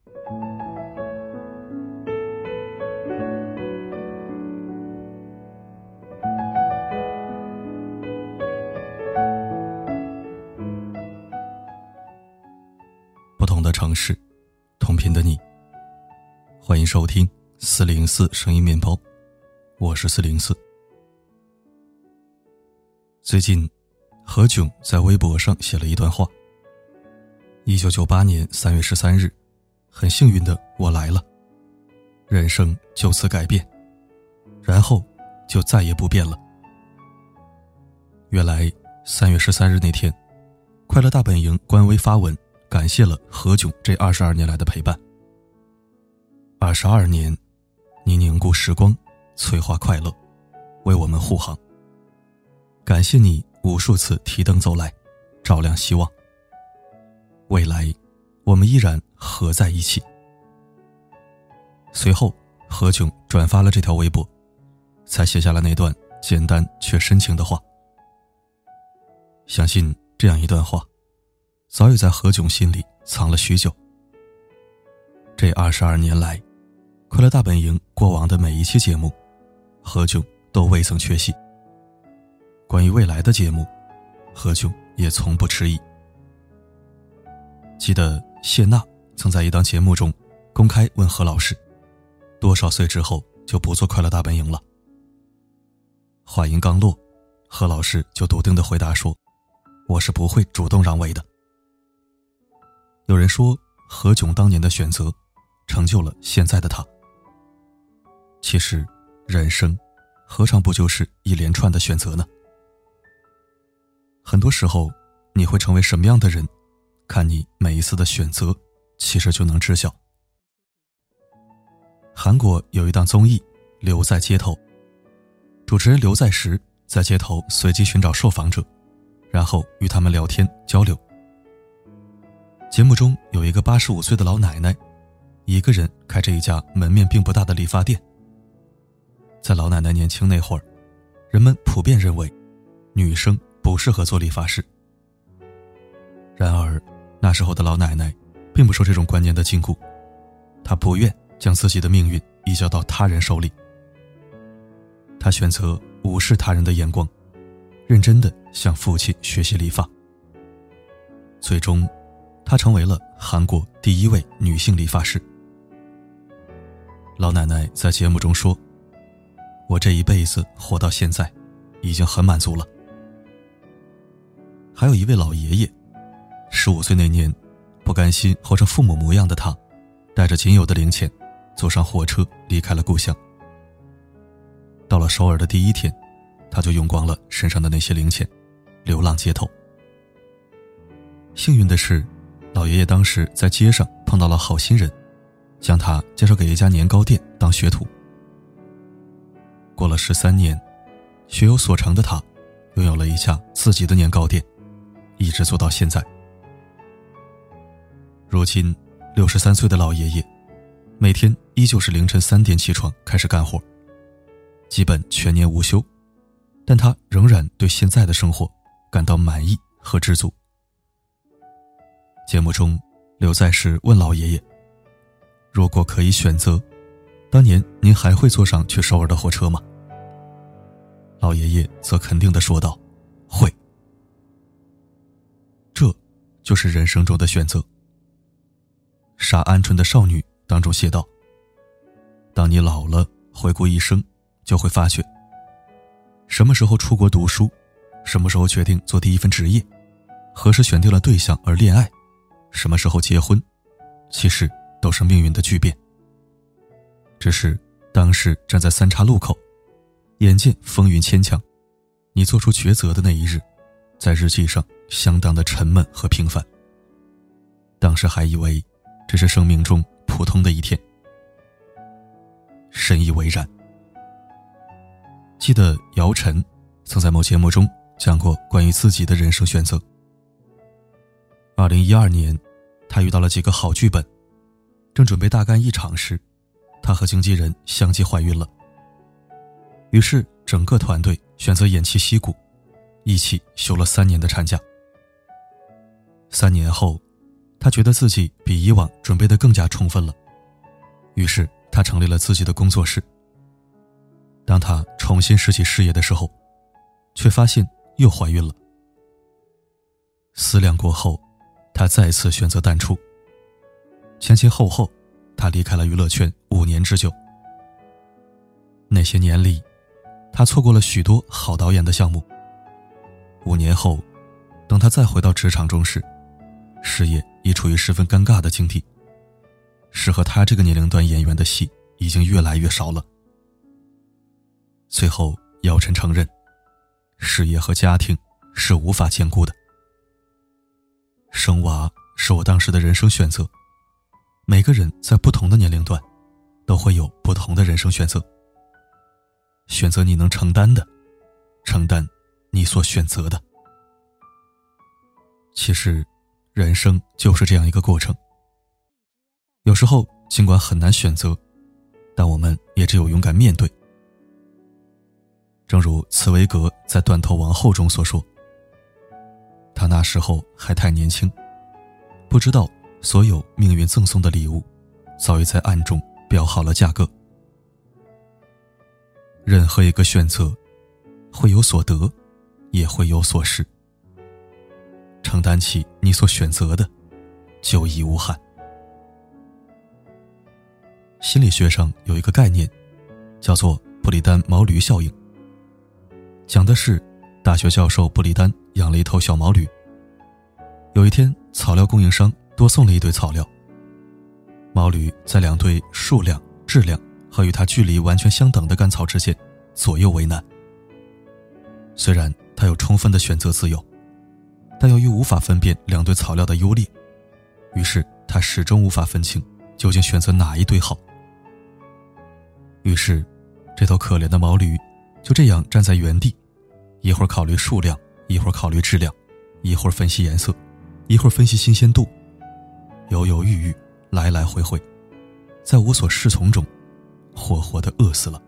不同的城市，同频的你，欢迎收听404声音面包，我是404。最近何炅在微博上写了一段话：1998年3月13日，很幸运的我来了，人生就此改变，然后就再也不变了。原来3月13日那天，快乐大本营官微发文感谢了何炅这22年来的陪伴。22年，你凝固时光，催化快乐，为我们护航。感谢你无数次提灯走来，照亮希望。未来，我们依然合在一起。随后，何炅转发了这条微博，才写下了那段简单却深情的话。相信这样一段话早已在何炅心里藏了许久。这22年来，快乐大本营过往的每一期节目，何炅都未曾缺席。关于未来的节目，何炅也从不迟疑。记得谢娜曾在一档节目中公开问何老师，多少岁之后就不做快乐大本营了？话音刚落，何老师就笃定地回答说，我是不会主动让位的。有人说，何炅当年的选择成就了现在的他。其实人生何尝不就是一连串的选择呢？很多时候你会成为什么样的人，看你每一次的选择其实就能知晓。韩国有一档综艺《留在街头》，主持人刘在石在街头随机寻找受访者，然后与他们聊天交流。节目中有一个85岁的老奶奶，一个人开着一家门面并不大的理发店。在老奶奶年轻那会儿，人们普遍认为女生不适合做理发师。然而那时候的老奶奶并不受这种观念的禁锢，她不愿将自己的命运移交到他人手里。她选择无视他人的眼光，认真地向父亲学习理发。最终她成为了韩国第一位女性理发师。老奶奶在节目中说，我这一辈子活到现在已经很满足了。还有一位老爷爷，15岁那年，不甘心活成父母模样的他，带着仅有的零钱坐上火车离开了故乡。到了首尔的第一天，他就用光了身上的那些零钱，流浪街头。幸运的是，老爷爷当时在街上碰到了好心人，将他介绍给一家年糕店当学徒。过了13年，学有所成的他拥有了一家自己的年糕店，一直做到现在。如今63岁的老爷爷每天依旧是凌晨3点起床开始干活，基本全年无休，但他仍然对现在的生活感到满意和知足。节目中，刘在石问老爷爷，如果可以选择，当年您还会坐上去首尔的火车吗？老爷爷则肯定地说道，会。这就是人生中的选择。杀鹌鹑的少女当中写道，当你老了，回顾一生，就会发觉什么时候出国读书，什么时候决定做第一份职业，何时选定了对象而恋爱，什么时候结婚，其实都是命运的巨变。只是当时站在三岔路口，眼见风云牵强，你做出抉择的那一日，在日记上相当的沉闷和平凡。当时还以为这是生命中普通的一天，深以为然。记得姚晨曾在某节目中讲过关于自己的人生选择。2012年，他遇到了几个好剧本，正准备大干一场时，他和经纪人相继怀孕了。于是整个团队选择偃旗息鼓，一起休了3年的产假。3年后， 他觉得自己比以往准备得更加充分了，于是他成立了自己的工作室。当他重新拾起事业的时候，却发现又怀孕了。思量过后，他再次选择淡出。前前后后，他离开了娱乐圈5年之久。那些年里，他错过了许多好导演的项目。5年后，等他再回到职场中时，事业已处于十分尴尬的境地，适合他这个年龄段演员的戏已经越来越少了。最后，姚晨承认，事业和家庭是无法兼顾的。生娃是我当时的人生选择，每个人在不同的年龄段都会有不同的人生选择，选择你能承担的，承担你所选择的。其实人生就是这样一个过程，有时候尽管很难选择，但我们也只有勇敢面对。正如茨威格在《断头王后》中所说，他那时候还太年轻，不知道所有命运赠送的礼物早已在暗中标好了价格。任何一个选择会有所得，也会有所失，承担起你所选择的，就已无憾。心理学上有一个概念叫做布里丹毛驴效应，讲的是大学教授布里丹养了一头小毛驴。有一天，草料供应商多送了一堆草料，毛驴在2堆数量、质量和与它距离完全相等的干草之间左右为难。虽然它有充分的选择自由，但由于无法分辨2堆草料的优劣，于是它始终无法分清究竟选择哪一堆好。于是这头可怜的毛驴就这样站在原地，一会儿考虑数量，一会儿考虑质量，一会儿分析颜色，一会儿分析新鲜度，犹犹豫豫，来来回回，在无所适从中活活地饿死了。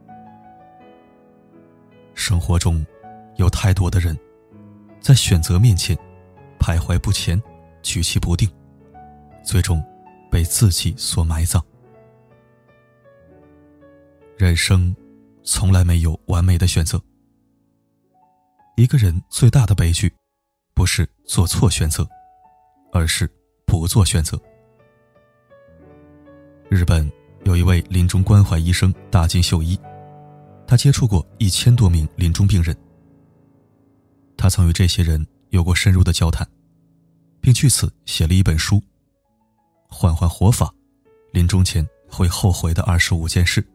生活中有太多的人在选择面前徘徊不前，举棋不定，最终被自己所埋葬。人生从来没有完美的选择。一个人最大的悲剧，不是做错选择，而是不做选择。日本有一位临终关怀医生大金秀一，他接触过1000多名临终病人。他曾与这些人有过深入的交谈，并据此写了一本书《换换活法：临终前会后悔的25件事》。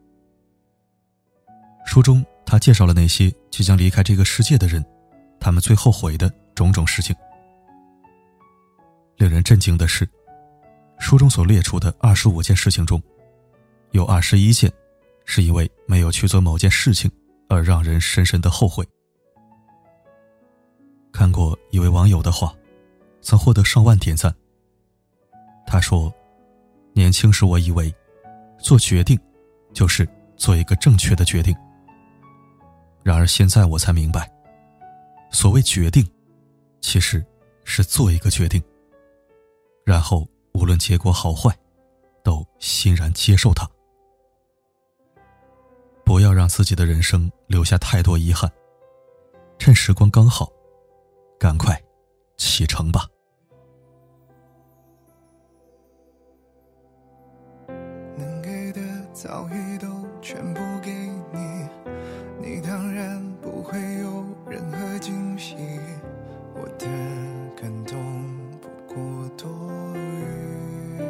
书中他介绍了那些即将离开这个世界的人，他们最后悔的种种事情。令人震惊的是，书中所列出的25件事情中，有21件是因为没有去做某件事情而让人深深的后悔。看过一位网友的话，曾获得上万点赞。他说，年轻时我以为做决定就是做一个正确的决定，然而现在我才明白，所谓决定其实是做一个决定，然后无论结果好坏都欣然接受它。不要让自己的人生留下太多遗憾，趁时光刚好，赶快启程吧。 能给的早已都全部给你，你当然不会有任何惊喜，我的感动不过多余，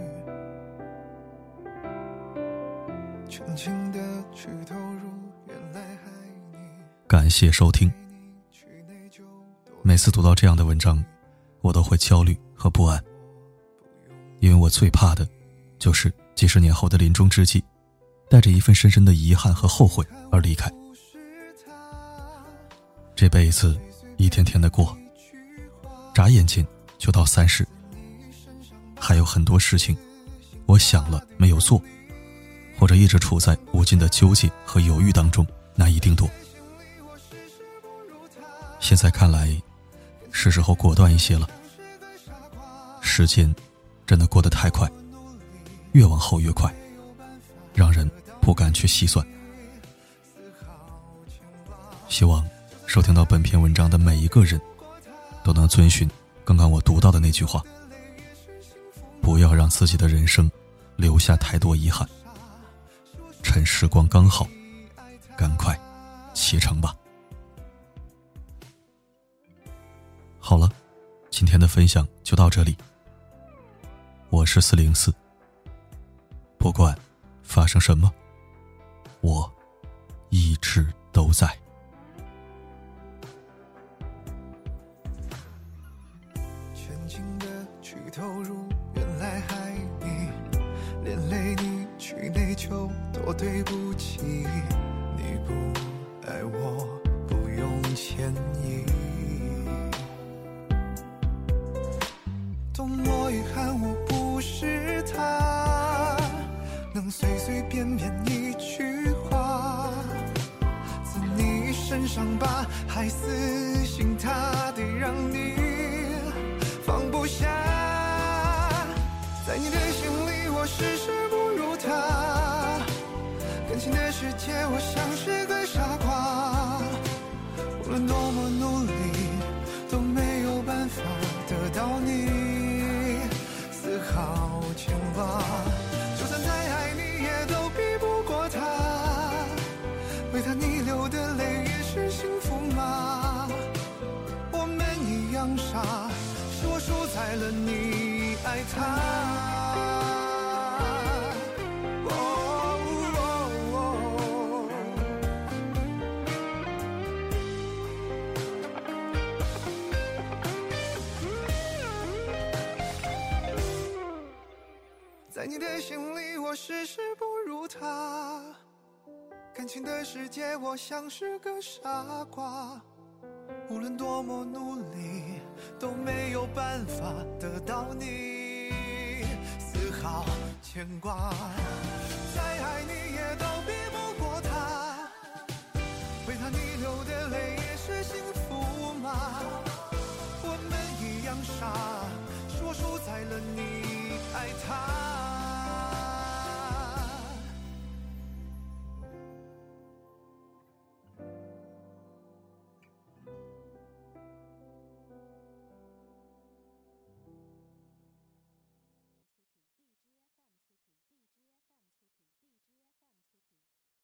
全情的去投入，原来还你。 感谢收听。每次读到这样的文章，我都会焦虑和不安，因为我最怕的就是几十年后的临终之际，带着一份深深的遗憾和后悔而离开。这辈子一天天的过，眨眼间就到30，还有很多事情我想了没有做，或者一直处在无尽的纠结和犹豫当中，难以定夺。现在看来，是时候果断一些了。 时间真的过得太快，越往后越快，让人不敢去细算。希望收听到本篇文章的每一个人都能遵循刚刚我读到的那句话，不要让自己的人生留下太多遗憾，趁时光刚好，赶快启程吧。好了，今天的分享就到这里。我是404，不管发生什么，我一直都在。 全情的去投入，原来害你连累你去内疚，多对不起。你不爱我，不用歉意。多么遗憾，我不是他，能随随便便一句话，自你身上疤，还死心塌地让你放不下。在你的心里，我事事不如他，感情的世界，我像是个傻瓜，无论多么努力，都没有办法得到你丝毫牵挂。就算再爱你，也都比不过他，为他你流的泪也是幸福吗？我们一样傻，是我输在了你爱他。在你的心里，我事事不如他，感情的世界，我像是个傻瓜，无论多么努力，都没有办法得到你丝毫牵挂。